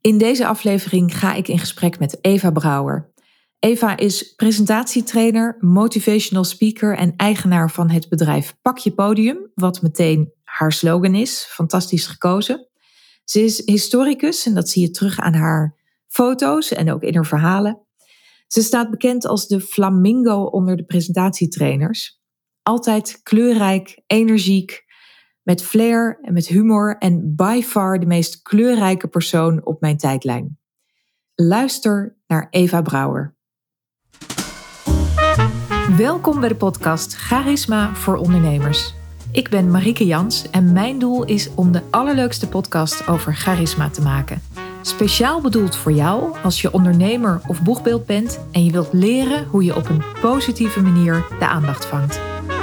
In deze aflevering ga ik in gesprek met Eva Brouwer. Eva is presentatietrainer, motivational speaker en eigenaar van het bedrijf Pak je Podium, wat meteen haar slogan is. Fantastisch gekozen. Ze is historicus en dat zie je terug aan haar foto's en ook in haar verhalen. Ze staat bekend als de flamingo onder de presentatietrainers. Altijd kleurrijk, energiek, met flair en met humor en by far de meest kleurrijke persoon op mijn tijdlijn. Luister naar Eva Brouwer. Welkom bij de podcast Charisma voor ondernemers. Ik ben Marieke Jans en mijn doel is om de allerleukste podcast over charisma te maken. Speciaal bedoeld voor jou als je ondernemer of boegbeeld bent en je wilt leren hoe je op een positieve manier de aandacht vangt.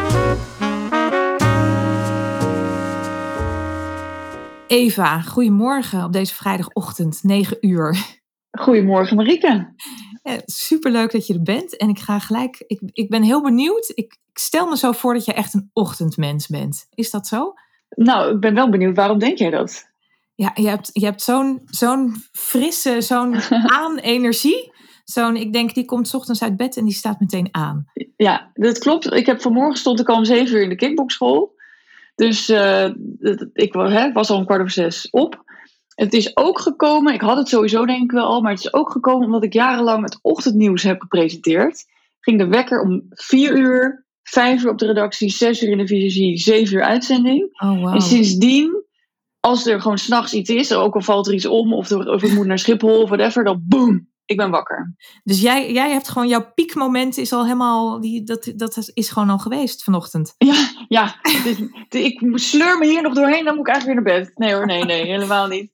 Eva, goedemorgen op deze vrijdagochtend, 9 uur. Goedemorgen Marieke. Superleuk dat je er bent en ik ben heel benieuwd. Ik stel me zo voor dat je echt een ochtendmens bent. Is dat zo? Nou, ik ben wel benieuwd, waarom denk jij dat? Ja, je hebt zo'n frisse, zo'n aan-energie. Ik denk, die komt 's ochtends uit bed en die staat meteen aan. Ja, dat klopt. Vanmorgen stond ik al om 7 uur in de kickboxschool. Dus ik was al om 5:15 op. Het is ook gekomen, ik had het sowieso denk ik wel al, maar het is ook gekomen omdat ik jarenlang het ochtendnieuws heb gepresenteerd. Ging de wekker om 4 uur, 5 uur op de redactie, 6 uur in de visie, 7 uur uitzending. Oh, wow. En sindsdien, als er gewoon 's nachts iets is, ook al valt er iets om, of ik moet naar Schiphol of whatever, dan boom, ik ben wakker. Dus jij hebt gewoon, jouw piekmoment is al helemaal, dat is gewoon al geweest vanochtend. Ja. Ik sleur me hier nog doorheen, dan moet ik eigenlijk weer naar bed. Nee hoor, nee, helemaal niet.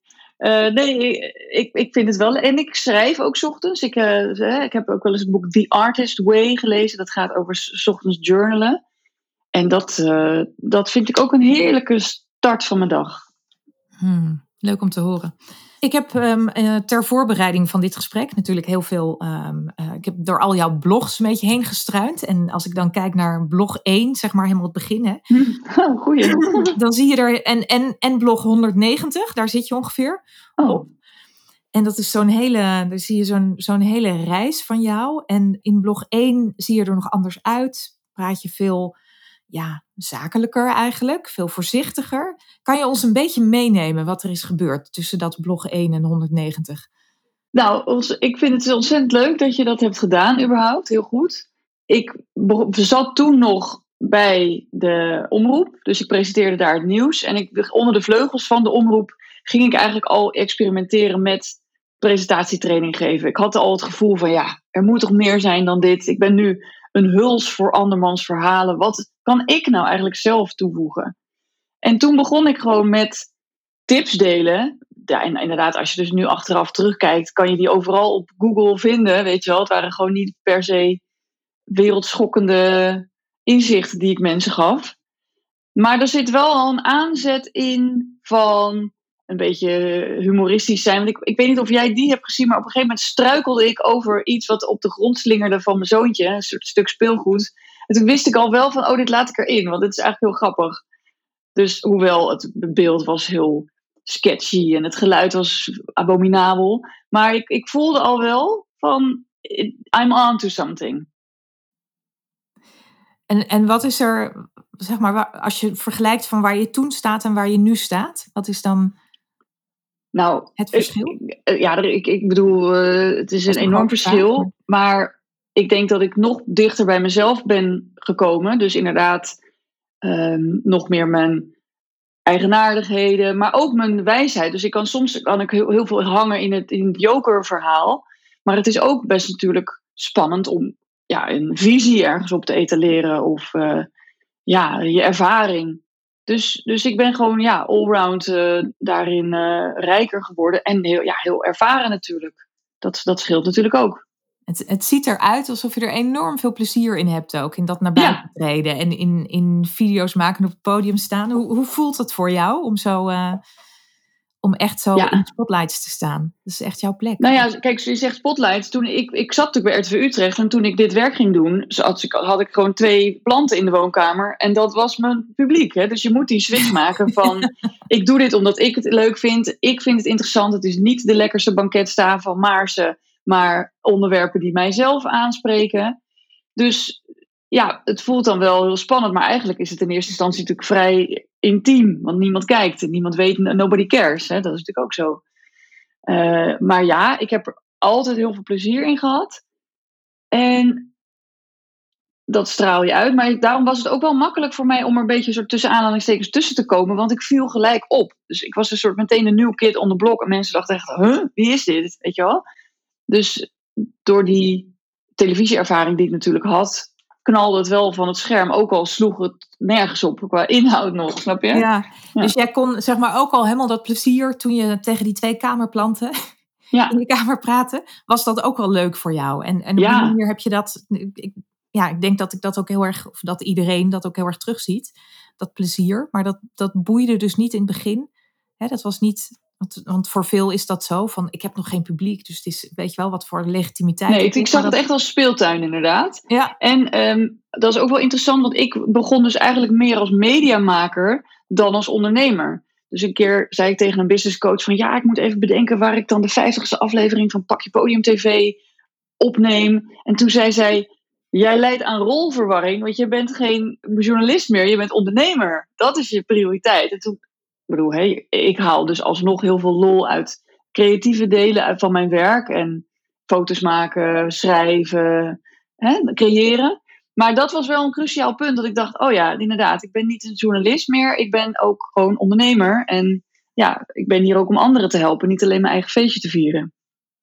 Ik vind het wel. En ik schrijf ook 's ochtends. Ik heb ook wel eens het boek The Artist Way gelezen. Dat gaat over 's ochtends journalen. En dat vind ik ook een heerlijke start van mijn dag. Leuk om te horen. Ik heb ter voorbereiding van dit gesprek natuurlijk heel veel. Ik heb door al jouw blogs een beetje heen gestruind. En als ik dan kijk naar blog 1, zeg maar helemaal het begin. Hè, goeie. Dan zie je er. En blog 190, daar zit je ongeveer op. En dat is daar zie je zo'n hele reis van jou. En in blog 1 zie je er nog anders uit. Praat je veel zakelijker eigenlijk, veel voorzichtiger. Kan je ons een beetje meenemen wat er is gebeurd tussen dat blog 1 en 190? Nou, ik vind het ontzettend leuk dat je dat hebt gedaan überhaupt. Heel goed. Ik zat toen nog bij de omroep. Dus ik presenteerde daar het nieuws. En onder de vleugels van de omroep ging ik eigenlijk al experimenteren met presentatietraining geven. Ik had al het gevoel van er moet toch meer zijn dan dit. Ik ben nu een huls voor andermans verhalen. Wat kan ik nou eigenlijk zelf toevoegen? En toen begon ik gewoon met tips delen. Ja, en inderdaad, als je dus nu achteraf terugkijkt, kan je die overal op Google vinden. Weet je wel, het waren gewoon niet per se wereldschokkende inzichten die ik mensen gaf. Maar er zit wel al een aanzet in van een beetje humoristisch zijn. Want ik weet niet of jij die hebt gezien, maar op een gegeven moment struikelde ik over iets wat op de grond slingerde van mijn zoontje. Een soort stuk speelgoed. En toen wist ik al wel van, dit laat ik erin, want dit is eigenlijk heel grappig. Dus hoewel het beeld was heel sketchy en het geluid was abominabel. Maar ik voelde al wel van, I'm on to something. En wat is er, zeg maar, als je vergelijkt van waar je toen staat en waar je nu staat? Wat is dan het verschil? Ik bedoel, het is een enorm verschil. Maar ik denk dat ik nog dichter bij mezelf ben gekomen. Dus inderdaad nog meer mijn eigenaardigheden, maar ook mijn wijsheid. Dus soms kan ik heel veel hangen in het jokerverhaal. Maar het is ook best natuurlijk spannend om een visie ergens op te etaleren of je ervaring. Dus ik ben gewoon allround daarin rijker geworden en heel ervaren natuurlijk. Dat scheelt natuurlijk ook. Het ziet eruit alsof je er enorm veel plezier in hebt ook. In dat naar buiten treden en in video's maken en op het podium staan. Hoe voelt het voor jou om echt zo Ja. in de spotlights te staan. Dat is echt jouw plek. Nou ja, kijk, je zegt spotlights. Toen ik zat natuurlijk bij RTV Utrecht en toen ik dit werk ging doen, had ik gewoon 2 planten in de woonkamer en dat was mijn publiek. Hè? Dus je moet die switch maken van, ik doe dit omdat ik het leuk vind. Ik vind het interessant. Het is niet de lekkerste banketsta van Maarsen, maar onderwerpen die mijzelf aanspreken. Dus ja, het voelt dan wel heel spannend, maar eigenlijk is het in eerste instantie natuurlijk vrij intiem, want niemand kijkt en niemand weet, nobody cares. Hè? Dat is natuurlijk ook zo. Maar ja, ik heb er altijd heel veel plezier in gehad. En dat straal je uit. Maar daarom was het ook wel makkelijk voor mij om er een beetje soort tussen aanhalingstekens tussen te komen. Want ik viel gelijk op. Dus ik was een soort meteen een nieuw kid on the block. En mensen dachten echt, wie is dit? Weet je wel? Dus door die televisieervaring die ik natuurlijk had, knalde het wel van het scherm. Ook al sloeg het nergens op qua inhoud nog, snap je? Ja. Dus jij kon zeg maar ook al helemaal dat plezier toen je tegen die 2 kamerplanten in de kamer praatte. Was dat ook wel leuk voor jou? En op die manier heb je dat... Ik denk dat ik dat ook heel erg, of dat iedereen dat ook heel erg terugziet. Dat plezier. Maar dat boeide dus niet in het begin. Hè, dat was niet... Want voor veel is dat zo, van ik heb nog geen publiek, dus het is, weet je wel, wat voor legitimiteit. Nee, ik zag het echt als speeltuin inderdaad. Ja. En dat is ook wel interessant, want ik begon dus eigenlijk meer als mediamaker dan als ondernemer. Dus een keer zei ik tegen een businesscoach van, ja, ik moet even bedenken waar ik dan de 50ste aflevering van Pak je Podium TV opneem. En toen zei zij, jij lijdt aan rolverwarring, want je bent geen journalist meer, je bent ondernemer. Dat is je prioriteit. En toen, ik haal dus alsnog heel veel lol uit creatieve delen van mijn werk. En foto's maken, schrijven, creëren. Maar dat was wel een cruciaal punt. Dat ik dacht, oh ja, inderdaad, ik ben niet een journalist meer. Ik ben ook gewoon ondernemer. En ja, ik ben hier ook om anderen te helpen. Niet alleen mijn eigen feestje te vieren.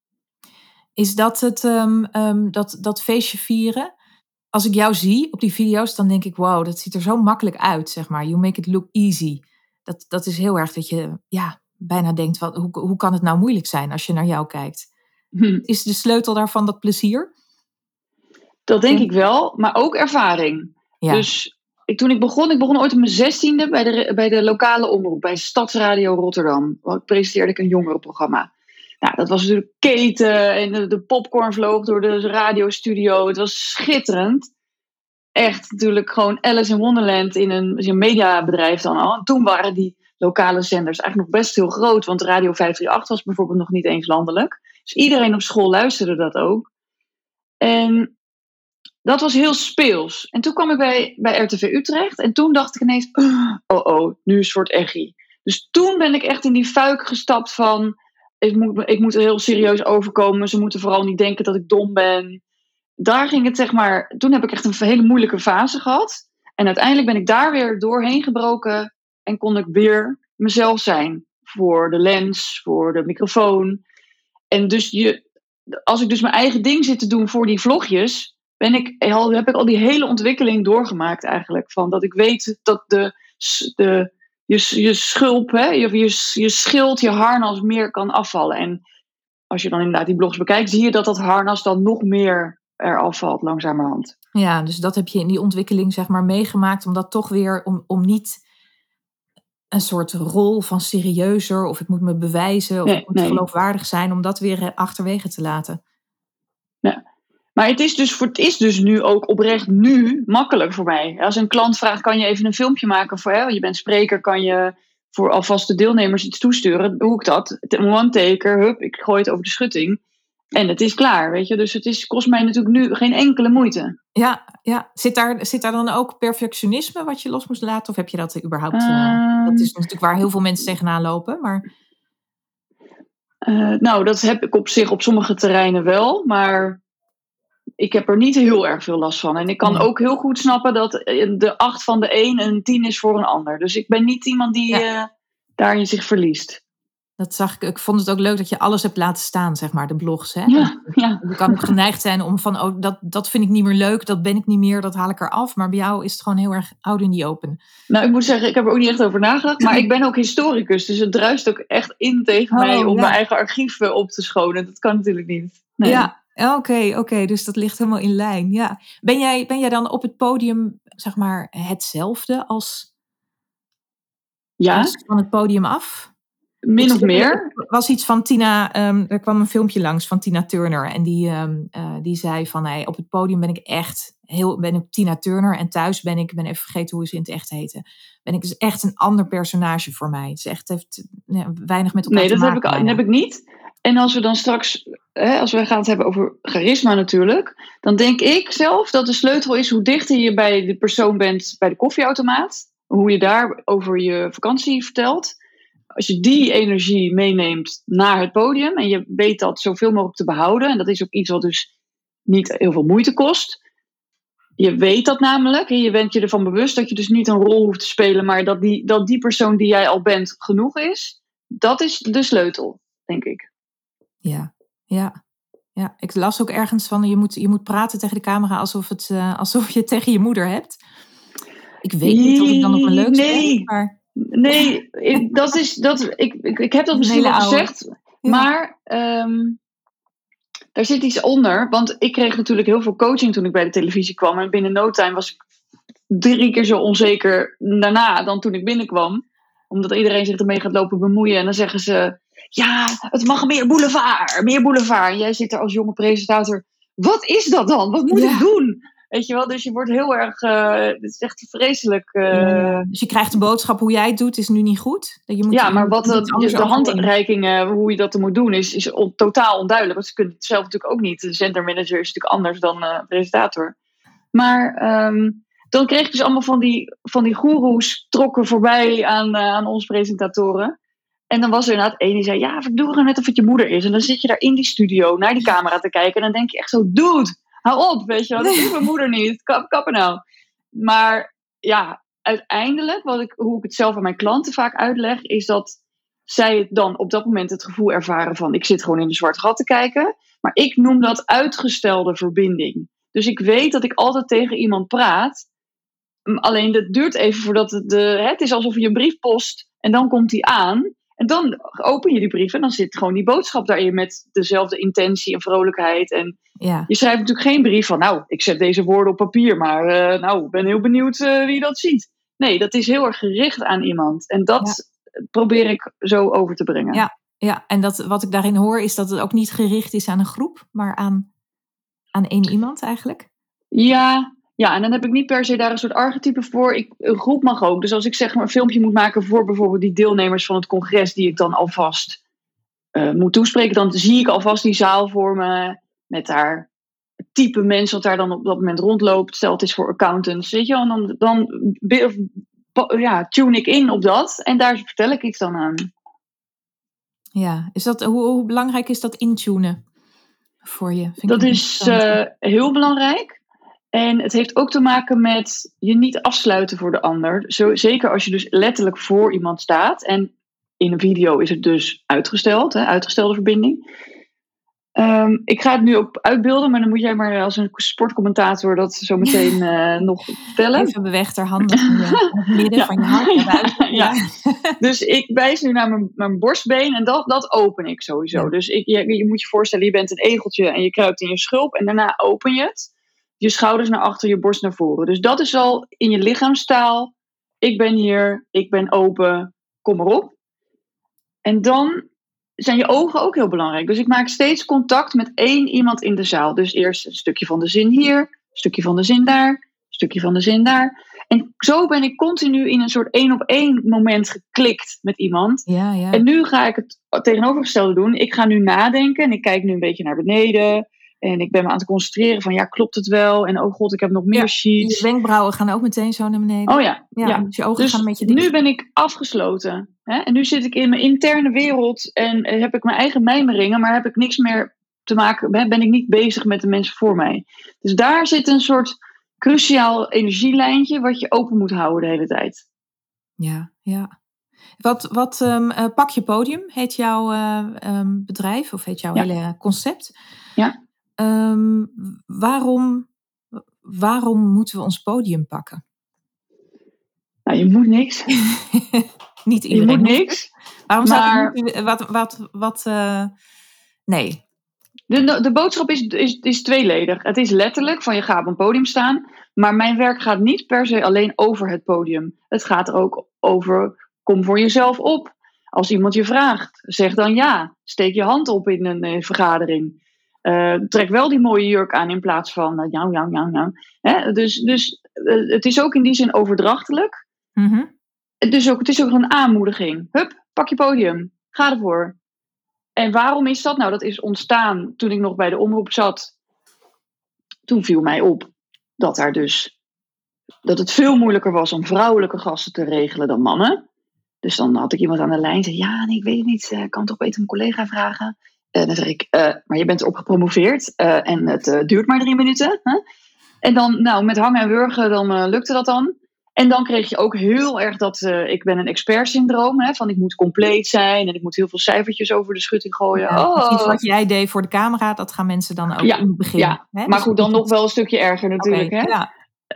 Is dat het, dat feestje vieren? Als ik jou zie op die video's, dan denk ik, wow, dat ziet er zo makkelijk uit, zeg maar. You make it look easy. Dat is heel erg dat je bijna denkt, hoe kan het nou moeilijk zijn als je naar jou kijkt? Is de sleutel daarvan dat plezier? Dat denk ik wel, maar ook ervaring. Ja. Dus toen ik begon ooit op mijn 16e bij de lokale omroep, bij Stadsradio Rotterdam. Presenteerde ik een jongerenprogramma. Nou, dat was natuurlijk keten en de popcorn vloog door de radiostudio. Het was schitterend. Echt natuurlijk gewoon Alice in Wonderland in een mediabedrijf dan al. En toen waren die lokale zenders eigenlijk nog best heel groot, want Radio 538 was bijvoorbeeld nog niet eens landelijk. Dus iedereen op school luisterde dat ook. En dat was heel speels. En toen kwam ik bij RTV Utrecht. En toen dacht ik ineens, nu is het soort echi. Dus toen ben ik echt in die fuik gestapt van, ik moet er heel serieus overkomen. Ze moeten vooral niet denken dat ik dom ben. Daar ging het zeg maar, toen heb ik echt een hele moeilijke fase gehad. En uiteindelijk ben ik daar weer doorheen gebroken. En kon ik weer mezelf zijn. Voor de lens, voor de microfoon. En dus als ik dus mijn eigen ding zit te doen voor die vlogjes, heb ik al die hele ontwikkeling doorgemaakt eigenlijk. Van dat ik weet dat je schulp, je schild, je harnas meer kan afvallen. En als je dan inderdaad die blogs bekijkt, zie je dat harnas dan nog meer eraf valt langzamerhand. Ja, dus dat heb je in die ontwikkeling zeg maar meegemaakt, om dat toch weer, om niet een soort rol van serieuzer, of ik moet me bewijzen, of ik moet geloofwaardig zijn, om dat weer achterwege te laten. Ja. Maar het is dus nu ook oprecht nu makkelijk voor mij. Als een klant vraagt, kan je even een filmpje maken voor, je bent spreker, kan je voor alvast de deelnemers iets toesturen, doe ik dat. One taker, ik gooi het over de schutting. En het is klaar, weet je. Dus kost mij natuurlijk nu geen enkele moeite. Ja. Zit daar dan ook perfectionisme wat je los moest laten? Of heb je dat überhaupt? Dat is natuurlijk waar heel veel mensen tegenaan lopen. Maar... dat heb ik op zich op sommige terreinen wel. Maar ik heb er niet heel erg veel last van. En ik kan ook heel goed snappen dat de 8 van de een een 10 is voor een ander. Dus ik ben niet iemand die daarin zich verliest. Dat zag ik. Ik vond het ook leuk dat je alles hebt laten staan, zeg maar, de blogs. Hè? Ja. Je kan ook geneigd zijn om van, dat vind ik niet meer leuk, dat ben ik niet meer, dat haal ik eraf. Maar bij jou is het gewoon heel erg out in die open. Nou, ik moet zeggen, ik heb er ook niet echt over nagedacht. Maar ik ben ook historicus, dus het druist ook echt in tegen mij om mijn eigen archief op te schonen. Dat kan natuurlijk niet. Nee. Ja, oké, dus dat ligt helemaal in lijn. Ja. Ben jij dan op het podium, zeg maar, hetzelfde als van het podium af? Min of meer. Er was iets van Tina, er kwam een filmpje langs van Tina Turner. En die zei van, op het podium ben ik Tina Turner. En thuis ben ik even vergeten hoe ze in het echt heette. Ben ik dus echt een ander personage voor mij. Het heeft weinig met elkaar te maken. Nee, dat heb ik niet. En als we dan straks, als we gaan het hebben over charisma natuurlijk. Dan denk ik zelf dat de sleutel is hoe dichter je bij de persoon bent bij de koffieautomaat. Hoe je daar over je vakantie vertelt. Als je die energie meeneemt naar het podium en je weet dat zoveel mogelijk te behouden, en dat is ook iets wat dus niet heel veel moeite kost. Je weet dat namelijk en je bent je ervan bewust dat je dus niet een rol hoeft te spelen, maar dat die persoon die jij al bent genoeg is. Dat is de sleutel, denk ik. Ja. Ik las ook ergens van je moet praten tegen de camera alsof je het tegen je moeder hebt. Ik weet niet of ik dan op mijn leukste ben, maar... Nee, ik heb dat misschien wel gezegd. Ja. Maar daar zit iets onder. Want ik kreeg natuurlijk heel veel coaching toen ik bij de televisie kwam. En binnen no time was ik 3 keer zo onzeker daarna dan toen ik binnenkwam. Omdat iedereen zich ermee gaat lopen bemoeien. En dan zeggen ze, ja, het mag meer boulevard. Meer boulevard. En jij zit er als jonge presentator. Wat is dat dan? Wat moet ik doen? Weet je wel, dus je wordt heel erg... het is echt vreselijk. Dus je krijgt de boodschap, hoe jij het doet, is nu niet goed. Maar wat de handreikingen, hoe je dat er moet doen, is totaal onduidelijk. Want ze kunnen het zelf natuurlijk ook niet. De zendermanager is natuurlijk anders dan presentator. Maar dan kreeg je dus allemaal van die goeroes trokken voorbij aan ons presentatoren. En dan was er inderdaad één die zei, ja, doe gewoon net of het je moeder is. En dan zit je daar in die studio naar die camera te kijken. En dan denk je echt zo, dude... Hou op, weet je wel, dat is mijn moeder niet. Kappen nou. Maar ja, uiteindelijk, hoe ik het zelf aan mijn klanten vaak uitleg, is dat zij dan op dat moment het gevoel ervaren van, ik zit gewoon in een zwart gat te kijken. Maar ik noem dat uitgestelde verbinding. Dus ik weet dat ik altijd tegen iemand praat. Alleen dat duurt even voordat het is alsof je een brief post en dan komt die aan. En dan open je die brief en dan zit gewoon die boodschap daarin met dezelfde intentie en vrolijkheid. En je schrijft natuurlijk geen brief van, nou, ik zet deze woorden op papier, maar ik ben heel benieuwd wie dat ziet. Nee, dat is heel erg gericht aan iemand. En dat probeer ik zo over te brengen. Ja, en wat ik daarin hoor is dat het ook niet gericht is aan een groep, maar aan één iemand eigenlijk. Ja, en dan heb ik niet per se daar een soort archetype voor. Een groep mag ook. Dus als ik zeg maar een filmpje moet maken voor bijvoorbeeld die deelnemers van het congres die ik dan alvast moet toespreken, dan zie ik alvast die zaal voor me met daar het type mensen wat daar dan op dat moment rondloopt. Stel het is voor accountants, weet je wel. En dan tune ik in op dat en daar vertel ik iets dan aan. Ja, is dat, hoe belangrijk is dat intunen voor je? Dat is heel belangrijk. En het heeft ook te maken met je niet afsluiten voor de ander. Zeker als je dus letterlijk voor iemand staat. En in een video is het dus uitgesteld, uitgestelde verbinding. Ik ga het nu ook uitbeelden, maar dan moet jij maar als een sportcommentator dat zo meteen nog vertellen. Even beweegt ter handen in het midden van je hart naar buiten. Ja. Dus ik wijs nu naar mijn borstbeen en dat open ik sowieso. Ja. Dus je moet je voorstellen, je bent een egeltje en je kruipt in je schulp en daarna open je het. Je schouders naar achter, je borst naar voren. Dus dat is al in je lichaamstaal. Ik ben hier, ik ben open, kom erop. En dan zijn je ogen ook heel belangrijk. Dus ik maak steeds contact met één iemand in de zaal. Dus eerst een stukje van de zin hier, een stukje van de zin daar, een stukje van de zin daar. En zo ben ik continu in een soort 1-op-1 moment geklikt met iemand. Ja. En nu ga ik het tegenovergestelde doen. Ik ga nu nadenken en ik kijk nu een beetje naar beneden. En ik ben me aan het concentreren van, ja, klopt het wel? En oh god, ik heb nog meer sheets. Je wenkbrauwen gaan ook meteen zo naar beneden. Oh ja. Dus je ogen dus gaan met je dicht. Nu ben ik afgesloten. Hè? En nu zit ik in mijn interne wereld en heb ik mijn eigen mijmeringen, maar heb ik niks meer te maken, ben ik niet bezig met de mensen voor mij. Dus daar zit een soort cruciaal energielijntje wat je open moet houden de hele tijd. Ja. Wat Pak je Podium heet jouw bedrijf of heet jouw hele concept. Ja. Waarom moeten we ons podium pakken? Nou, je moet niks. Niet iedereen. Je moet niks. Waarom zou nee. De boodschap is tweeledig. Het is letterlijk van je gaat op een podium staan. Maar mijn werk gaat niet per se alleen over het podium. Het gaat er ook over, kom voor jezelf op. Als iemand je vraagt, zeg dan ja. Steek je hand op in een vergadering. Trek wel die mooie jurk aan in plaats van nou. Hè? Dus het is ook in die zin overdrachtelijk. Mm-hmm. Het is ook een aanmoediging. Hup, pak je podium. Ga ervoor. En waarom is dat? Nou, dat is ontstaan toen ik nog bij de omroep zat. Toen viel mij op dat het veel moeilijker was om vrouwelijke gasten te regelen dan mannen. Dus dan had ik iemand aan de lijn en zei, ja, nee, ik weet het niet. Ik kan toch beter mijn collega vragen. Dan zeg ik, maar je bent erop gepromoveerd en het duurt maar 3 minuten. Hè? En dan met hangen en wurgen, dan lukte dat dan. En dan kreeg je ook heel erg dat ik ben een expert-syndroom. Hè, van ik moet compleet zijn en ik moet heel veel cijfertjes over de schutting gooien. Ja, precies wat jij deed voor de camera, dat gaan mensen dan ook in het begin. Ja, hè? Maar dus goed, dan nog wel een stukje erger natuurlijk. Okay, hè? Ja.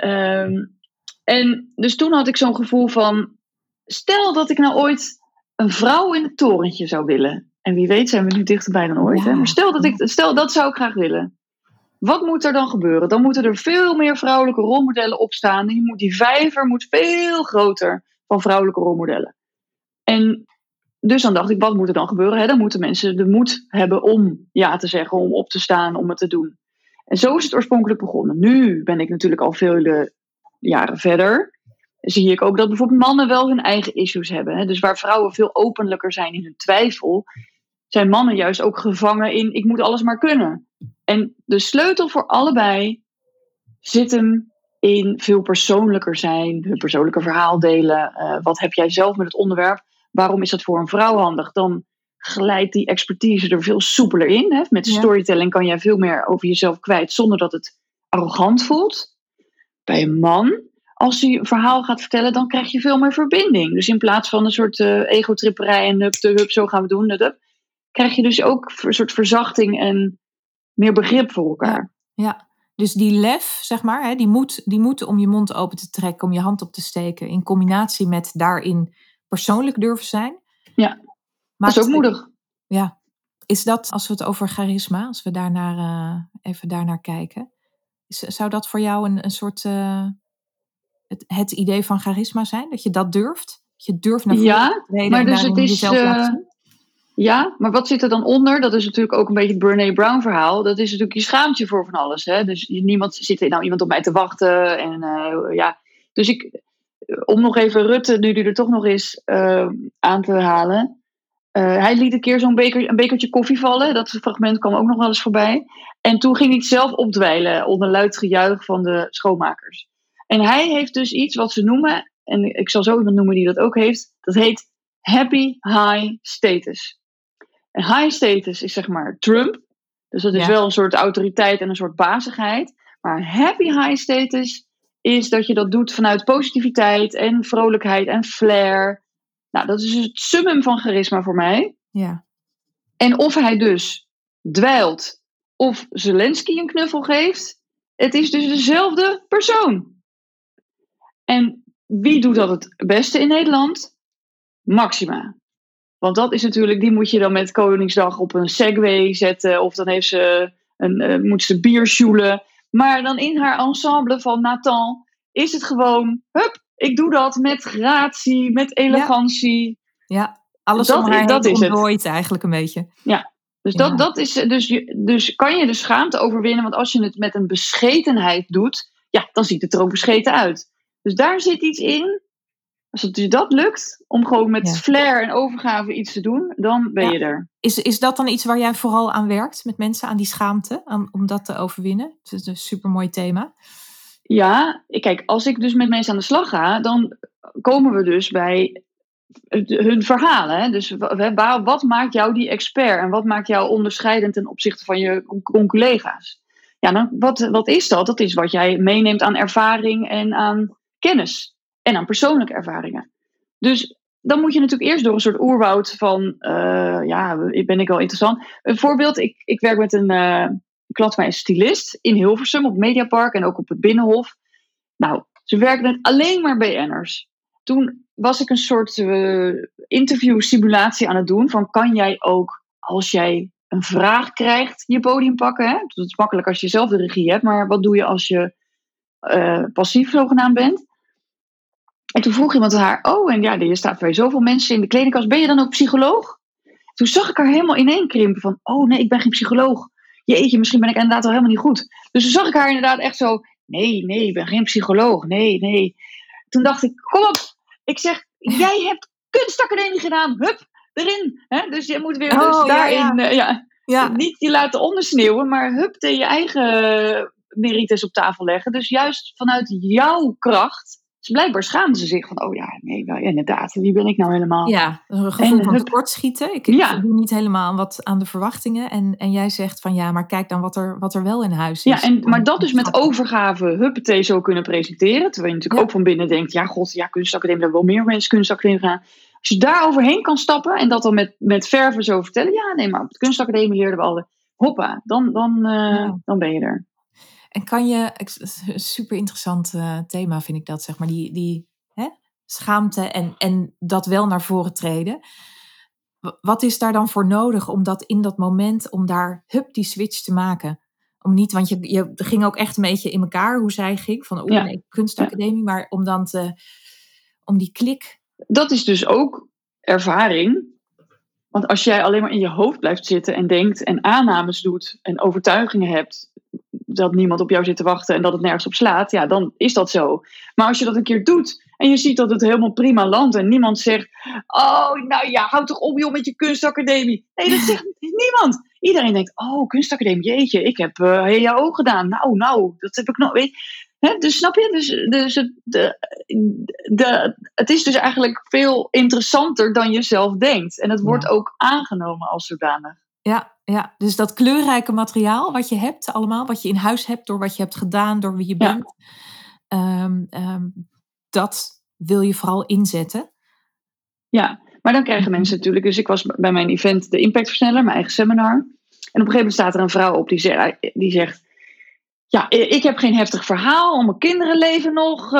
En dus toen had ik zo'n gevoel van, stel dat ik nou ooit een vrouw in het torentje zou willen. En wie weet zijn we nu dichterbij dan ooit. Ja. Hè? Maar stel dat zou ik graag willen. Wat moet er dan gebeuren? Dan moeten er veel meer vrouwelijke rolmodellen opstaan. Die vijver moet veel groter van vrouwelijke rolmodellen. En dus dan dacht ik, wat moet er dan gebeuren? Hè? Dan moeten mensen de moed hebben om ja te zeggen, om op te staan, om het te doen. En zo is het oorspronkelijk begonnen. Nu ben ik natuurlijk al vele jaren verder. Zie ik ook dat bijvoorbeeld mannen wel hun eigen issues hebben. Hè? Dus waar vrouwen veel openlijker zijn in hun twijfel, zijn mannen juist ook gevangen in, ik moet alles maar kunnen. En de sleutel voor allebei zit hem in veel persoonlijker zijn, hun persoonlijke verhaal delen. Wat heb jij zelf met het onderwerp? Waarom is dat voor een vrouw handig? Dan glijdt die expertise er veel soepeler in. Hè? Met storytelling kan jij veel meer over jezelf kwijt zonder dat het arrogant voelt. Bij een man, als hij een verhaal gaat vertellen, dan krijg je veel meer verbinding. Dus in plaats van een soort egotripperij en hup, zo gaan we doen, krijg je dus ook een soort verzachting en meer begrip voor elkaar. Ja. Dus die lef, zeg maar, hè, die moed om je mond open te trekken, om je hand op te steken, in combinatie met daarin persoonlijk durven zijn. Ja, dat is ook moedig. Ja. Is dat, als we het over charisma, als we even daarnaar kijken, zou dat voor jou een soort het idee van charisma zijn? Dat je dat durft? Dat je durft naar voren te treden maar en dus daarin jezelf laten zien? Ja, maar wat zit er dan onder? Dat is natuurlijk ook een beetje het Brené Brown verhaal. Dat is natuurlijk, je schaamt je voor van alles. Hè? Dus niemand zit nou iemand op mij te wachten. En dus om nog even Rutte, nu die er toch nog is, aan te halen. Hij liet een keer een bekertje koffie vallen. Dat fragment kwam ook nog wel eens voorbij. En toen ging hij zelf opdwijlen onder luid gejuich van de schoonmakers. En hij heeft dus iets wat ze noemen, en ik zal zo iemand noemen die dat ook heeft. Dat heet happy high status. En high status is zeg maar Trump. Dus dat is wel een soort autoriteit en een soort bazigheid. Maar happy high status is dat je dat doet vanuit positiviteit en vrolijkheid en flair. Nou, dat is het summum van charisma voor mij. Ja. En of hij dus dwijlt of Zelensky een knuffel geeft, het is dus dezelfde persoon. En wie doet dat het beste in Nederland? Maxima. Want dat is natuurlijk, die moet je dan met Koningsdag op een Segway zetten. Of dan moet ze bier sjoelen. Maar dan in haar ensemble van Nathan is het gewoon, hup, ik doe dat met gratie, met elegantie. Ja, alles om haar heen ontdooit eigenlijk een beetje. Ja, dus dat is, dus kan je de schaamte overwinnen. Want als je het met een beschetenheid doet, ja, dan ziet het er ook bescheten uit. Dus daar zit iets in. Als het je dat lukt, om gewoon met flair en overgave iets te doen, dan ben je er. Is dat dan iets waar jij vooral aan werkt met mensen, aan die schaamte, om dat te overwinnen? Dat is een supermooi thema. Ja, kijk, als ik dus met mensen aan de slag ga, dan komen we dus bij hun verhalen. Hè? Dus wat maakt jou die expert en wat maakt jou onderscheidend ten opzichte van je collega's? Ja, dan, wat is dat? Dat is wat jij meeneemt aan ervaring en aan kennis. En aan persoonlijke ervaringen. Dus dan moet je natuurlijk eerst door een soort oerwoud van, ben ik wel interessant. Een voorbeeld, ik werk met een klant van mij, een stylist in Hilversum op Mediapark en ook op het Binnenhof. Nou, ze werken met alleen maar BN'ers. Toen was ik een soort interview simulatie aan het doen van, kan jij ook, als jij een vraag krijgt, je podium pakken? Hè? Dat is makkelijk als je zelf de regie hebt, maar wat doe je als je passief zogenaamd bent? En toen vroeg iemand aan haar, en ja, er staat bij zoveel mensen in de kledingkast. Ben je dan ook psycholoog? Toen zag ik haar helemaal ineenkrimpen van, oh nee, ik ben geen psycholoog. Jeetje, misschien ben ik inderdaad al helemaal niet goed. Dus toen zag ik haar inderdaad echt zo, nee, ik ben geen psycholoog, nee. Toen dacht ik, kom op. Ik zeg, jij hebt kunstacademie gedaan, hup, erin. Hè? Dus je moet weer daarin, niet je laten ondersneeuwen, maar hup, je eigen merites op tafel leggen. Dus juist vanuit jouw kracht. Dus blijkbaar schaamden ze zich van, inderdaad, wie ben ik nou helemaal? Ja, een gevoel van tekortschieten. Ik doe niet helemaal aan de verwachtingen. En jij zegt van maar kijk dan wat er wel in huis is. Ja, maar dat dus met overgave, huppatee zo kunnen presenteren. Terwijl je natuurlijk ook van binnen denkt, kunstacademie, daar wel meer mensen kunstacademie gaan. Als je daar overheen kan stappen en dat dan met verven zo vertellen. Ja, nee, maar op de kunstacademie leerden we al. Hoppa, dan ben je er. En kan je, een super interessant thema vind ik dat, zeg maar, die schaamte en dat wel naar voren treden. Wat is daar dan voor nodig om dat in dat moment, om daar die switch te maken? Om niet, want je ging ook echt een beetje in elkaar hoe zij ging, van kunstacademie, maar om dan om die klik. Dat is dus ook ervaring. Want als jij alleen maar in je hoofd blijft zitten en denkt en aannames doet en overtuigingen hebt dat niemand op jou zit te wachten en dat het nergens op slaat, dan is dat zo. Maar als je dat een keer doet en je ziet dat het helemaal prima landt en niemand zegt, houd toch op joh met je kunstacademie. Nee, dat zegt niemand. Iedereen denkt, kunstacademie, jeetje, ik heb HAO gedaan. Nou, dat heb ik nog, weet je. Dus snap je? Dus het is dus eigenlijk veel interessanter dan je zelf denkt. En het wordt ook aangenomen als zodanig. Ja, dus dat kleurrijke materiaal wat je hebt allemaal, wat je in huis hebt, door wat je hebt gedaan, door wie je bent, dat wil je vooral inzetten. Ja, maar dan krijgen mensen natuurlijk, dus ik was bij mijn event de impactversneller, mijn eigen seminar. En op een gegeven moment staat er een vrouw op die zegt, ik heb geen heftig verhaal, mijn kinderen leven nog.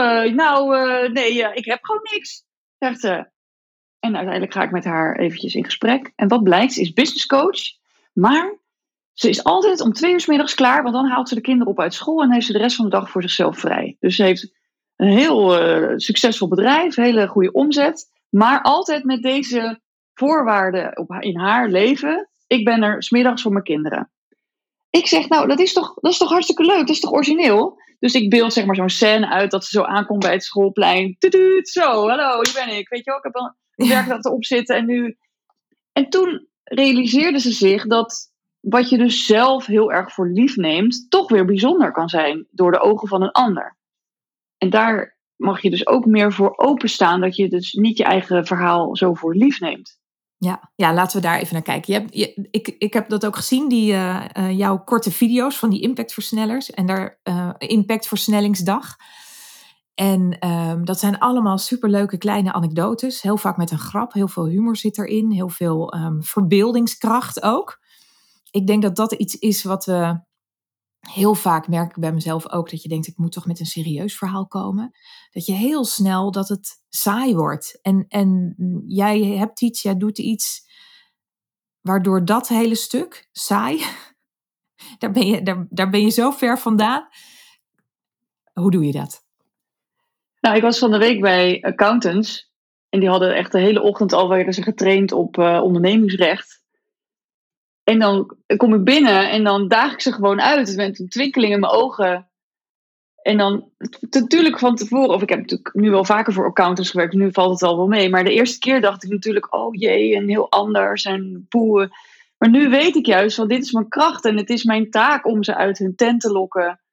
Ik heb gewoon niks, zegt ze. En uiteindelijk ga ik met haar eventjes in gesprek. En wat blijkt, ze is business coach. Maar ze is altijd om 2 uur 's middags klaar. Want dan haalt ze de kinderen op uit school. En heeft ze de rest van de dag voor zichzelf vrij. Dus ze heeft een heel succesvol bedrijf. Hele goede omzet. Maar altijd met deze voorwaarden in haar leven. Ik ben er 's middags voor mijn kinderen. Ik zeg, dat is toch hartstikke leuk. Dat is toch origineel. Dus ik beeld zeg maar zo'n scène uit dat ze zo aankomt bij het schoolplein. Tuduut, zo, hallo, hier ben ik. Weet je wel, ik heb al werk dat erop zitten en nu. En toen realiseerde ze zich dat wat je dus zelf heel erg voor lief neemt, toch weer bijzonder kan zijn door de ogen van een ander. En daar mag je dus ook meer voor openstaan, dat je dus niet je eigen verhaal zo voor lief neemt. Ja, laten we daar even naar kijken. Ik heb dat ook gezien, jouw korte video's van die impactversnellers en daar impactversnellingsdag. En dat zijn allemaal superleuke kleine anekdotes. Heel vaak met een grap, heel veel humor zit erin. Heel veel verbeeldingskracht ook. Ik denk dat dat iets is wat we heel vaak, merk ik bij mezelf ook, dat je denkt, ik moet toch met een serieus verhaal komen. Dat je heel snel dat het saai wordt. En jij doet iets waardoor dat hele stuk, saai, daar ben je zo ver vandaan. Hoe doe je dat? Nou, ik was van de week bij accountants. En die hadden echt de hele ochtend al werden ze getraind op ondernemingsrecht. En dan kom ik binnen en dan daag ik ze gewoon uit met een twinkeling in mijn ogen. En dan natuurlijk van tevoren, of ik heb natuurlijk nu wel vaker voor accountants gewerkt, nu valt het al wel mee. Maar de eerste keer dacht ik natuurlijk, oh jee, en heel anders en poe. Maar nu weet ik juist, van dit is mijn kracht en het is mijn taak om ze uit hun tent te lokken.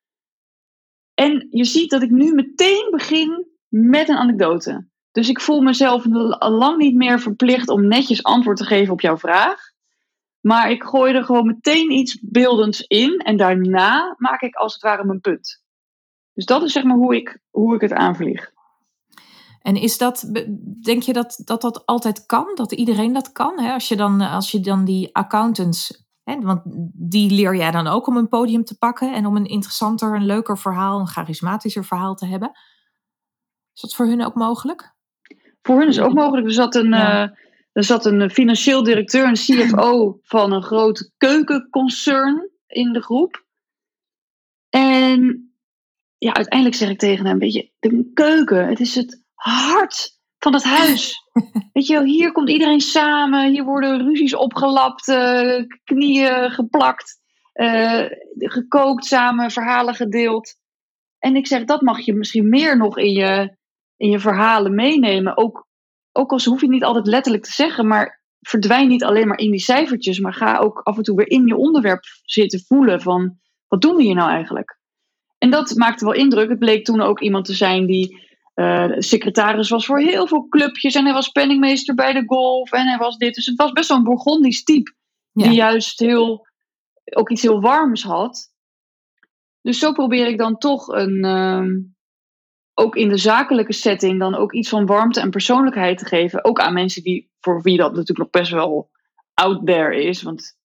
En je ziet dat ik nu meteen begin met een anekdote. Dus ik voel mezelf al lang niet meer verplicht om netjes antwoord te geven op jouw vraag. Maar ik gooi er gewoon meteen iets beeldends in. En daarna maak ik als het ware mijn punt. Dus dat is zeg maar hoe ik het aanvlieg. En denk je dat altijd kan? Dat iedereen dat kan? Hè? Als je dan die accountants, hè, want die leer jij dan ook om een podium te pakken. En om een interessanter, een leuker verhaal, een charismatischer verhaal te hebben. Is dat voor hun ook mogelijk? Voor hun is het ook mogelijk. Er zat een financieel directeur, een CFO van een groot keukenconcern in de groep. En uiteindelijk zeg ik tegen hem, weet je, de keuken, het is het hart van het huis. Weet je wel, hier komt iedereen samen. Hier worden ruzies opgelapt, knieën geplakt, gekookt samen, verhalen gedeeld. En ik zeg, dat mag je misschien meer nog in je verhalen meenemen. Ook al hoef je het niet altijd letterlijk te zeggen, maar verdwijn niet alleen maar in die cijfertjes, maar ga ook af en toe weer in je onderwerp zitten voelen van, wat doen we hier nou eigenlijk? En dat maakte wel indruk. Het bleek toen ook iemand te zijn die secretaris was voor heel veel clubjes. En hij was penningmeester bij de golf. En hij was dit. Dus het was best wel een Bourgondisch type. Die juist ook iets heel warms had. Dus zo probeer ik dan toch ook in de zakelijke setting dan ook iets van warmte en persoonlijkheid te geven. Ook aan mensen voor wie dat natuurlijk nog best wel out there is. Want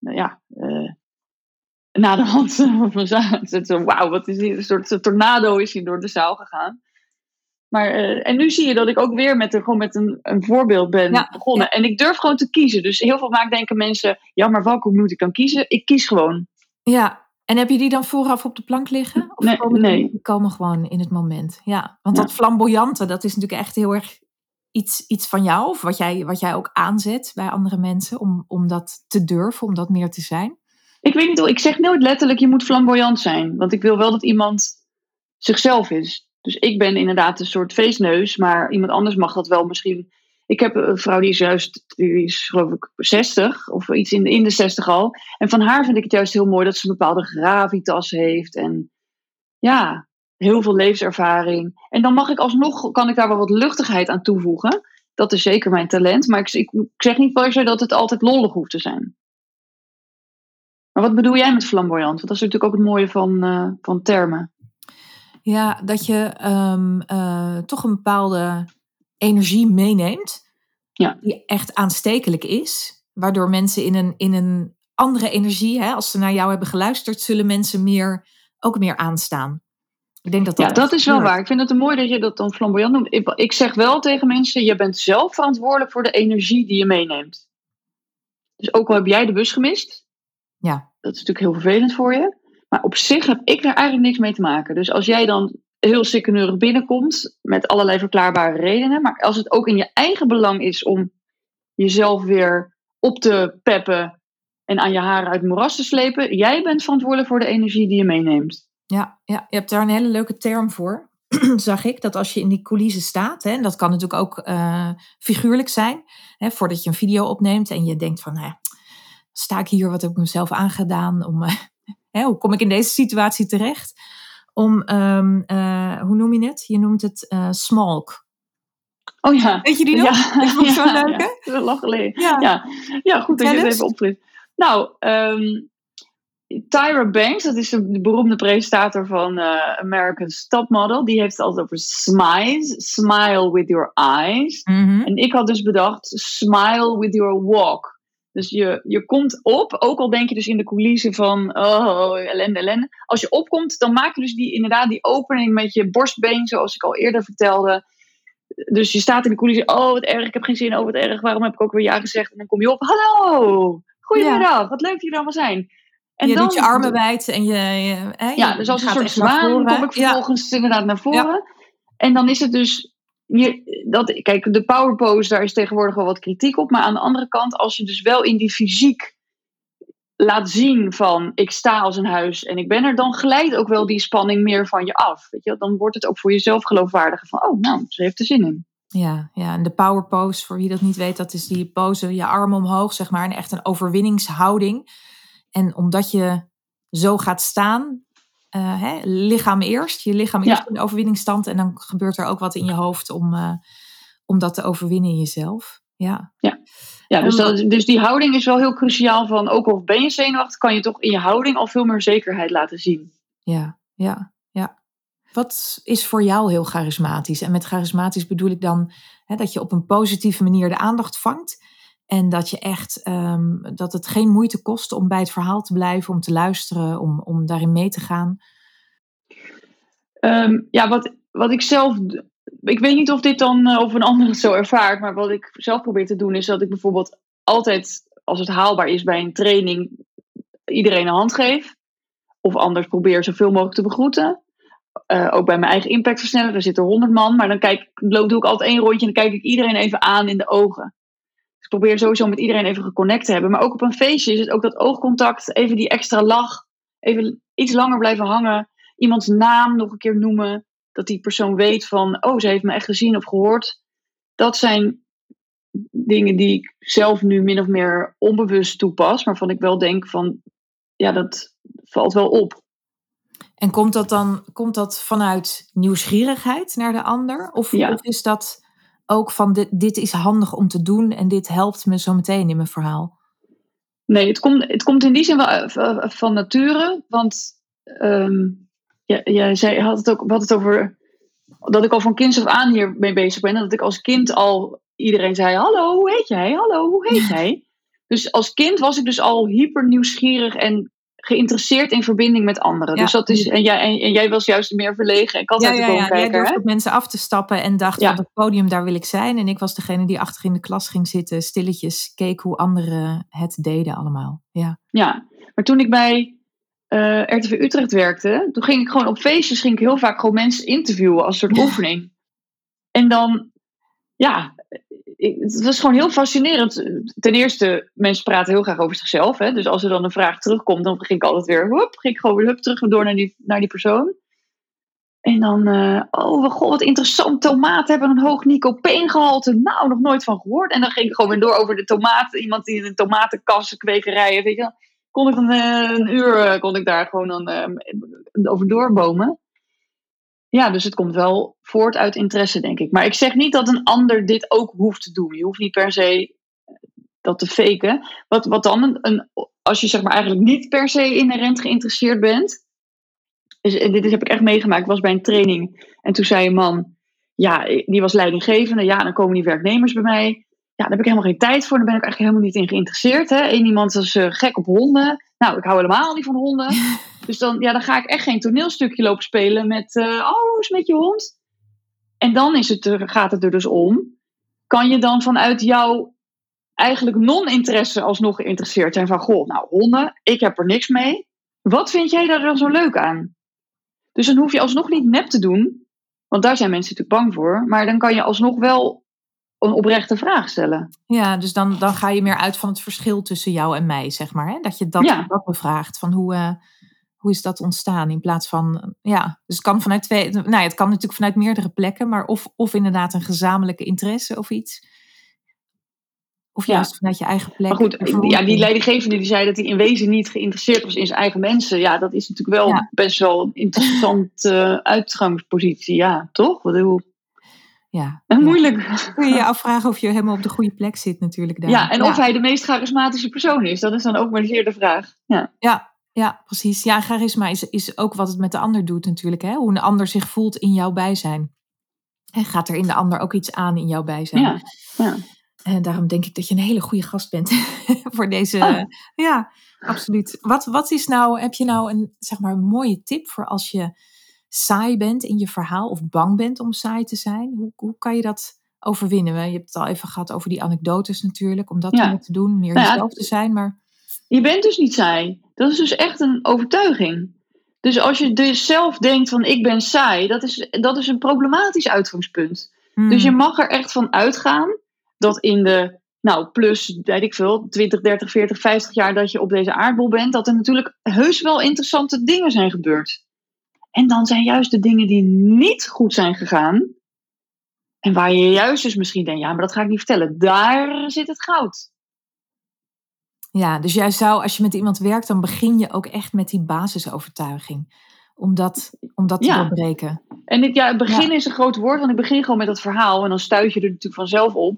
na de hand wauw, wat is hier? Een soort tornado is hier door de zaal gegaan. Maar, en nu zie je dat ik ook weer met een voorbeeld ben begonnen. Ja. En ik durf gewoon te kiezen. Dus heel veel vaak denken mensen, ja, maar welke moet ik dan kiezen? Ik kies gewoon. Ja, en heb je die dan vooraf op de plank liggen? Of nee. Die komen gewoon in het moment? Ja, want dat flamboyante, dat is natuurlijk echt heel erg iets van jou. Of wat jij ook aanzet bij andere mensen om dat te durven, om dat meer te zijn. Ik weet niet, ik zeg nooit letterlijk, je moet flamboyant zijn. Want ik wil wel dat iemand zichzelf is. Dus ik ben inderdaad een soort feestneus, maar iemand anders mag dat wel misschien. Ik heb een vrouw die is geloof ik 60 of iets in de 60 al. En van haar vind ik het juist heel mooi dat ze een bepaalde gravitas heeft. En ja, heel veel levenservaring. En dan kan ik daar wel wat luchtigheid aan toevoegen. Dat is zeker mijn talent. Maar ik zeg niet per se dat het altijd lollig hoeft te zijn. Maar wat bedoel jij met flamboyant? Want dat is natuurlijk ook het mooie van termen. Ja, dat je toch een bepaalde energie meeneemt. Ja. Die echt aanstekelijk is. Waardoor mensen in een andere energie, als ze naar jou hebben geluisterd, zullen mensen ook meer aanstaan. Ik denk dat is wel waar. Ik vind het mooi dat je dat dan flamboyant noemt. Ik zeg wel tegen mensen, je bent zelf verantwoordelijk voor de energie die je meeneemt. Dus ook al heb jij de bus gemist. Ja. Dat is natuurlijk heel vervelend voor je. Maar op zich heb ik daar eigenlijk niks mee te maken. Dus als jij dan heel sikkeneurig binnenkomt, met allerlei verklaarbare redenen, maar als het ook in je eigen belang is om jezelf weer op te peppen en aan je haren uit het moeras te slepen, jij bent verantwoordelijk voor de energie die je meeneemt. Ja, je hebt daar een hele leuke term voor, zag ik. Dat als je in die coulissen staat, en dat kan natuurlijk ook figuurlijk zijn, voordat je een video opneemt en je denkt van, sta ik hier, wat heb ik mezelf aangedaan? Hoe kom ik in deze situatie terecht? Hoe noem je het? Je noemt het smolk. Oh ja. Weet je die nog? Ik vond het zo leuk, hè? Dat is lang geleden. Ja, goed dat je het even opfrist. Nou, Tyra Banks, dat is de beroemde presentator van America's Top Model. Die heeft het altijd over smile with your eyes. Mm-hmm. En ik had dus bedacht, smile with your walk. Dus je komt op, ook al denk je dus in de coulissen van, oh, ellende. Als je opkomt, dan maak je dus inderdaad die opening met je borstbeen, zoals ik al eerder vertelde. Dus je staat in de coulissen, oh wat erg, ik heb geen zin, oh wat erg, waarom heb ik ook weer ja gezegd? En dan kom je op, hallo, goedemiddag, wat leuk dat jullie allemaal zijn. En je doet je armen wijd en je dus als een soort zwaan kom ik vervolgens inderdaad naar voren. Ja. En dan is het dus, kijk, de power pose, daar is tegenwoordig wel wat kritiek op. Maar aan de andere kant, als je dus wel in die fysiek laat zien van, ik sta als een huis en ik ben er, dan glijdt ook wel die spanning meer van je af. Weet je? Dan wordt het ook voor jezelf geloofwaardiger van, oh, nou, ze heeft er zin in. Ja, en de power pose, voor wie dat niet weet, dat is die pose, je armen omhoog, zeg maar, en echt een overwinningshouding. En omdat je zo gaat staan, lichaam eerst, je lichaam eerst in de overwinningsstand, en dan gebeurt er ook wat in je hoofd om dat te overwinnen in jezelf. Ja, dus die houding is wel heel cruciaal van, ook al ben je zenuwachtig, kan je toch in je houding al veel meer zekerheid laten zien. Ja. Wat is voor jou heel charismatisch? En met charismatisch bedoel ik dan dat je op een positieve manier de aandacht vangt. En dat je echt, dat het geen moeite kost om bij het verhaal te blijven, om te luisteren, om daarin mee te gaan. Wat ik zelf, ik weet niet of dit dan, of een ander het zo ervaart, maar wat ik zelf probeer te doen is dat ik bijvoorbeeld altijd, als het haalbaar is bij een training, iedereen een hand geef. Of anders probeer zoveel mogelijk te begroeten. ook bij mijn eigen impactversneller. Daar zitten 100 man. Maar dan doe ik altijd 1 rondje en dan kijk ik iedereen even aan in de ogen. Dus ik probeer sowieso met iedereen even geconnect te hebben. Maar ook op een feestje is het ook dat oogcontact. Even die extra lach. Even iets langer blijven hangen. Iemands naam nog een keer noemen. Dat die persoon weet van, ze heeft me echt gezien of gehoord. Dat zijn dingen die ik zelf nu min of meer onbewust toepas. Waarvan ik wel denk van, ja, dat valt wel op. En komt dat vanuit nieuwsgierigheid naar de ander? Of is dat ook van, dit is handig om te doen en dit helpt me zo meteen in mijn verhaal? Nee, het komt in die zin wel van nature. Want jij had het over dat ik al van kinds af aan hiermee bezig ben. En dat ik als kind al iedereen zei, hallo, hoe heet jij? Hallo, hoe heet jij? Dus als kind was ik dus al hyper nieuwsgierig en geïnteresseerd in verbinding met anderen. Ja. Dus dat is, en jij was juist meer verlegen en kat uit de boom kijken. Jij durfde op mensen af te stappen en dacht van het podium, daar wil ik zijn. En ik was degene die achter in de klas ging zitten, stilletjes keek hoe anderen het deden allemaal. Ja, maar toen ik bij RTV Utrecht werkte, toen ging ik gewoon op feestjes heel vaak gewoon mensen interviewen als soort oefening. En dan, het was gewoon heel fascinerend. Ten eerste, mensen praten heel graag over zichzelf. Hè? Dus als er dan een vraag terugkomt, dan ging ik altijd weer terug door naar die persoon. En dan, wat interessant, tomaten hebben een hoog nicoteengehalte. Nou, nog nooit van gehoord. En dan ging ik gewoon weer door over de tomaten. Iemand die in een tomatenkwekerij, weet je. Kon ik dan een uur kon ik daar gewoon dan over doorbomen. Ja, dus het komt wel voort uit interesse, denk ik. Maar ik zeg niet dat een ander dit ook hoeft te doen. Je hoeft niet per se dat te faken. Wat dan? Als je zeg maar eigenlijk niet per se inherent geïnteresseerd bent. Dit heb ik echt meegemaakt. Ik was bij een training. En toen zei een man, die was leidinggevende. Ja, dan komen die werknemers bij mij. Ja, daar heb ik helemaal geen tijd voor. Daar ben ik eigenlijk helemaal niet in geïnteresseerd. Hè? Eén iemand is gek op honden. Nou, ik hou helemaal niet van honden. Dus dan ga ik echt geen toneelstukje lopen spelen met, hoe is het met je hond? En dan gaat het er dus om. Kan je dan vanuit jouw eigenlijk non-interesse alsnog geïnteresseerd zijn van, honden, ik heb er niks mee. Wat vind jij daar dan zo leuk aan? Dus dan hoef je alsnog niet nep te doen. Want daar zijn mensen natuurlijk bang voor. Maar dan kan je alsnog wel een oprechte vraag stellen. Ja, dus dan ga je meer uit van het verschil tussen jou en mij, zeg maar. Hè? Dat je dat bevraagt. Van hoe is dat ontstaan? In plaats van, dus het kan vanuit het kan natuurlijk vanuit meerdere plekken. Maar of inderdaad een gezamenlijke interesse of iets. Of juist vanuit je eigen plek. Maar goed, die leidinggevende die zei dat hij in wezen niet geïnteresseerd was in zijn eigen mensen. Ja, dat is natuurlijk wel best wel een interessante uitgangspositie. Ja, toch? Wat heel... moeilijk. Kun je je afvragen of je helemaal op de goede plek zit natuurlijk daar. Ja, en of hij de meest charismatische persoon is. Dat is dan ook maar zeer de vraag. Ja, precies. Ja, charisma is ook wat het met de ander doet natuurlijk. Hè? Hoe een ander zich voelt in jouw bijzijn. En gaat er in de ander ook iets aan in jouw bijzijn. Ja. En daarom denk ik dat je een hele goede gast bent voor deze. Ja, absoluut. Wat is nou, heb je nou een, zeg maar, een mooie tip voor als je saai bent in je verhaal of bang bent om saai te zijn? Hoe kan je dat overwinnen? Je hebt het al even gehad over die anekdotes natuurlijk, om dat te doen, meer jezelf te zijn. Maar... Je bent dus niet saai. Dat is dus echt een overtuiging. Dus als je dus zelf denkt van ik ben saai, dat is een problematisch uitgangspunt. Dus je mag er echt van uitgaan dat in de, plus, weet ik veel, 20, 30, 40, 50 jaar dat je op deze aardbol bent, dat er natuurlijk heus wel interessante dingen zijn gebeurd. En dan zijn juist de dingen die niet goed zijn gegaan, en waar je juist dus misschien denkt, maar dat ga ik niet vertellen, daar zit het goud. Ja, dus jij zou, als je met iemand werkt, dan begin je ook echt met die basisovertuiging. Om dat te doorbreken. En het begin is een groot woord, want ik begin gewoon met dat verhaal en dan stuit je er natuurlijk vanzelf op.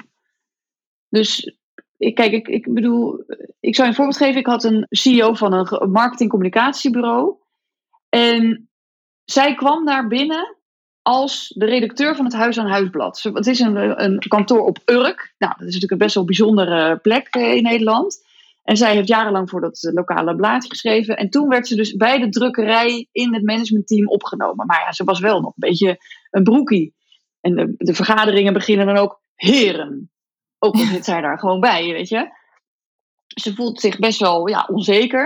Dus ik bedoel, ik zou een voorbeeld geven. Ik had een CEO van een marketing-communicatiebureau. En zij kwam daar binnen als de redacteur van het Huis aan Huisblad. Het is een kantoor op Urk. Nou, dat is natuurlijk een best wel bijzondere plek in Nederland. En zij heeft jarenlang voor dat lokale blaadje geschreven. En toen werd ze dus bij de drukkerij in het managementteam opgenomen. Maar ze was wel nog een beetje een broekie. En de vergaderingen beginnen dan ook heren. Ook al zit zij daar gewoon bij, weet je. Ze voelt zich best wel onzeker.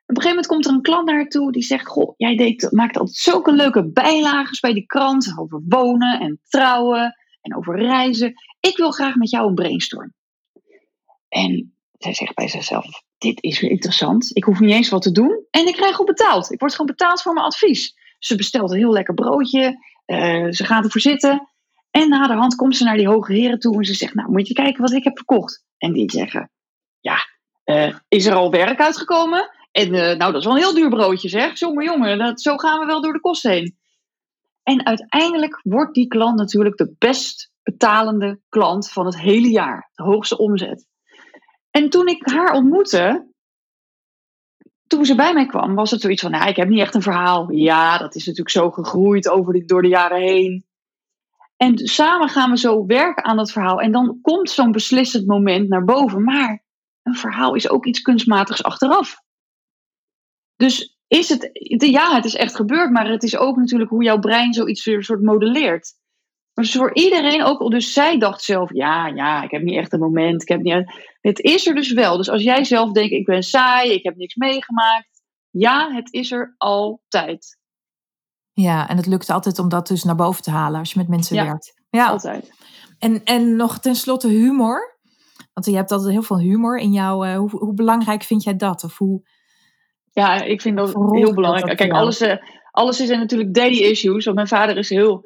Op een gegeven moment komt er een klant naar haar toe die zegt, goh, jij maakt altijd zulke leuke bijlages bij die krant over wonen en trouwen en over reizen. Ik wil graag met jou een brainstorm. En zij zegt bij zichzelf, dit is weer interessant. Ik hoef niet eens wat te doen en ik krijg ook betaald. Ik word gewoon betaald voor mijn advies. Ze bestelt een heel lekker broodje. Ze gaat ervoor zitten. En naderhand komt ze naar die hoge heren toe en ze zegt, nou moet je kijken wat ik heb verkocht. En die zeggen, ja, is er al werk uitgekomen? En nou, dat is wel een heel duur broodje zeg. Jongen, zo gaan we wel door de kosten heen. En uiteindelijk wordt die klant natuurlijk de best betalende klant van het hele jaar. De hoogste omzet. En toen ik haar ontmoette, toen ze bij mij kwam, was het zoiets van, nou, ik heb niet echt een verhaal. Ja, dat is natuurlijk zo gegroeid door de jaren heen. En samen gaan we zo werken aan dat verhaal. En dan komt zo'n beslissend moment naar boven. Maar een verhaal is ook iets kunstmatigs achteraf. Dus het is echt gebeurd, maar het is ook natuurlijk hoe jouw brein zoiets weer soort modelleert. Maar voor iedereen ook, dus zij dacht zelf, ja, ik heb niet echt een moment. Het is er dus wel. Dus als jij zelf denkt, ik ben saai, ik heb niks meegemaakt. Ja, het is er altijd. Ja, en het lukt altijd om dat dus naar boven te halen als je met mensen werkt. Ja, altijd. En nog tenslotte humor. Want je hebt altijd heel veel humor in jou. Hoe belangrijk vind jij dat? Of hoe... Ja, ik vind dat heel belangrijk. Kijk, alles is er natuurlijk daddy issues. Want mijn vader is heel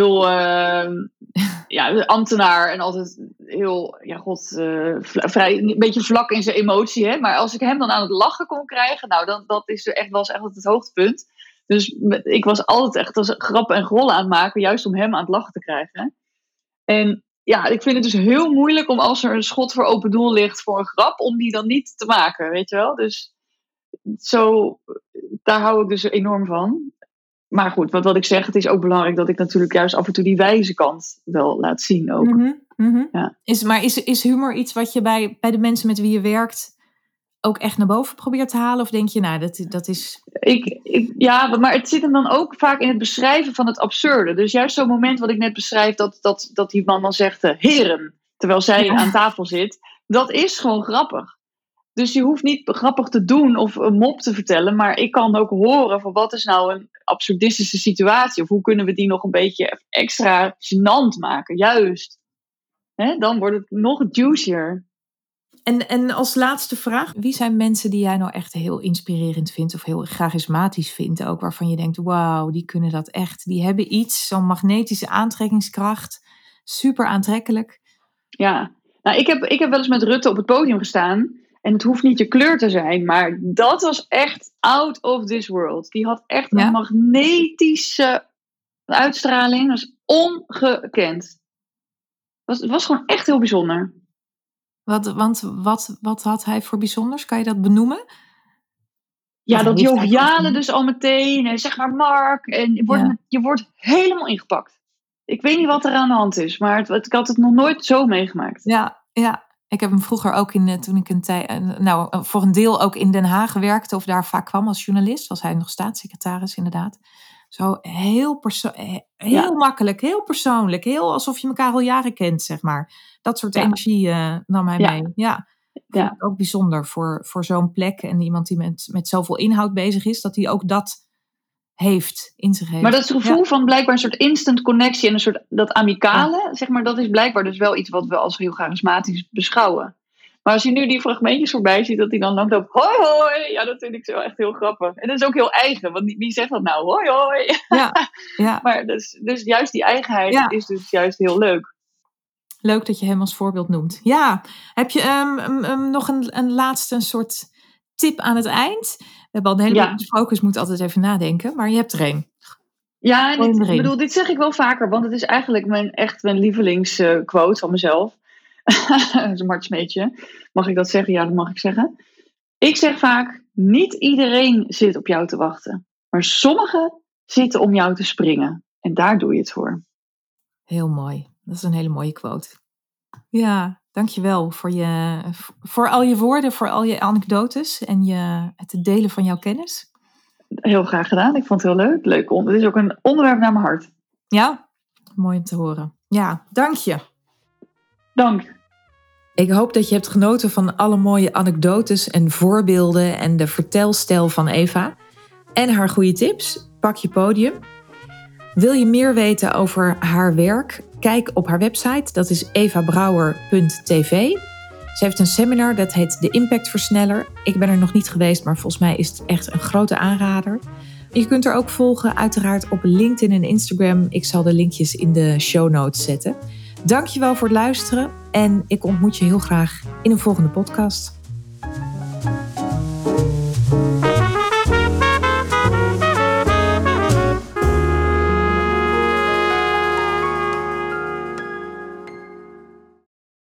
ambtenaar en altijd heel, vrij, een beetje vlak in zijn emotie. Hè? Maar als ik hem dan aan het lachen kon krijgen, nou, was echt het hoogtepunt. Dus ik was altijd echt als grappen en grollen aan het maken, juist om hem aan het lachen te krijgen. En ja, ik vind het dus heel moeilijk om als er een schot voor open doel ligt voor een grap, om die dan niet te maken, weet je wel. Dus daar hou ik dus enorm van. Maar goed, wat ik zeg, het is ook belangrijk dat ik natuurlijk juist af en toe die wijze kant wel laat zien ook. Mm-hmm. Ja. Is humor iets wat je bij de mensen met wie je werkt ook echt naar boven probeert te halen? Of denk je, nou, dat is... Maar het zit hem dan ook vaak in het beschrijven van het absurde. Dus juist zo'n moment wat ik net beschrijf, dat die man dan zegt, heren, terwijl zij aan tafel zit. Dat is gewoon grappig. Dus je hoeft niet grappig te doen of een mop te vertellen, maar ik kan ook horen van wat is nou een absurdistische situatie? Of hoe kunnen we die nog een beetje extra gênant maken? Juist. Dan wordt het nog juicier. En als laatste vraag, wie zijn mensen die jij nou echt heel inspirerend vindt of heel charismatisch vindt ook, waarvan je denkt, wauw, die kunnen dat echt. Die hebben iets, zo'n magnetische aantrekkingskracht, super aantrekkelijk. Ja, nou ik heb wel eens met Rutte op het podium gestaan en het hoeft niet je kleur te zijn, maar dat was echt out of this world. Die had echt een magnetische uitstraling, dat is ongekend. Het was gewoon echt heel bijzonder. Wat had hij voor bijzonders? Kan je dat benoemen? Ja, dat joviale dus al meteen. En zeg maar Mark. En je wordt helemaal ingepakt. Ik weet niet wat er aan de hand is. Maar ik had het nog nooit zo meegemaakt. Ja. Ik heb hem vroeger ook toen ik voor een deel ook in Den Haag werkte. Of daar vaak kwam als journalist. Was hij nog staatssecretaris inderdaad. Zo heel makkelijk, heel persoonlijk. Heel alsof je elkaar al jaren kent, zeg maar. Dat soort energie nam hij mee. Ja. Vond ik ook bijzonder voor zo'n plek. En iemand die met zoveel inhoud bezig is. Dat hij ook dat heeft in zich heeft. Maar dat is het gevoel van blijkbaar een soort instant connectie. En een soort dat amicale, zeg maar. Dat is blijkbaar dus wel iets wat we als heel charismatisch beschouwen. Maar als je nu die fragmentjes voorbij ziet, dat hij dan langt op hoi hoi. Ja, dat vind ik zo echt heel grappig. En dat is ook heel eigen, want wie zegt dat nou? Hoi hoi. Ja. Maar dus juist die eigenheid is dus juist heel leuk. Leuk dat je hem als voorbeeld noemt. Ja, heb je nog een laatste soort tip aan het eind? We hebben al een heleboel focus, moet altijd even nadenken, maar je hebt er één. Ja, dit zeg ik wel vaker, want het is eigenlijk mijn lievelingsquote van mezelf. Dat is een Mart Smeetje. Mag ik dat zeggen? Ja, dat mag ik zeggen. Ik zeg vaak, niet iedereen zit op jou te wachten. Maar sommigen zitten om jou te springen. En daar doe je het voor. Heel mooi. Dat is een hele mooie quote. Ja, dankjewel voor al je woorden, voor al je anekdotes en het delen van jouw kennis. Heel graag gedaan. Ik vond het heel leuk. Het is ook een onderwerp naar mijn hart. Ja, mooi om te horen. Ja, dank je. Dank. Ik hoop dat je hebt genoten van alle mooie anekdotes en voorbeelden en de vertelstijl van Eva. En haar goede tips. Pak je podium. Wil je meer weten over haar werk? Kijk op haar website. Dat is evabrouwer.tv. Ze heeft een seminar dat heet de Impact Versneller. Ik ben er nog niet geweest, maar volgens mij is het echt een grote aanrader. Je kunt er ook volgen, uiteraard op LinkedIn en Instagram. Ik zal de linkjes in de show notes zetten. Dankjewel voor het luisteren en ik ontmoet je heel graag in een volgende podcast.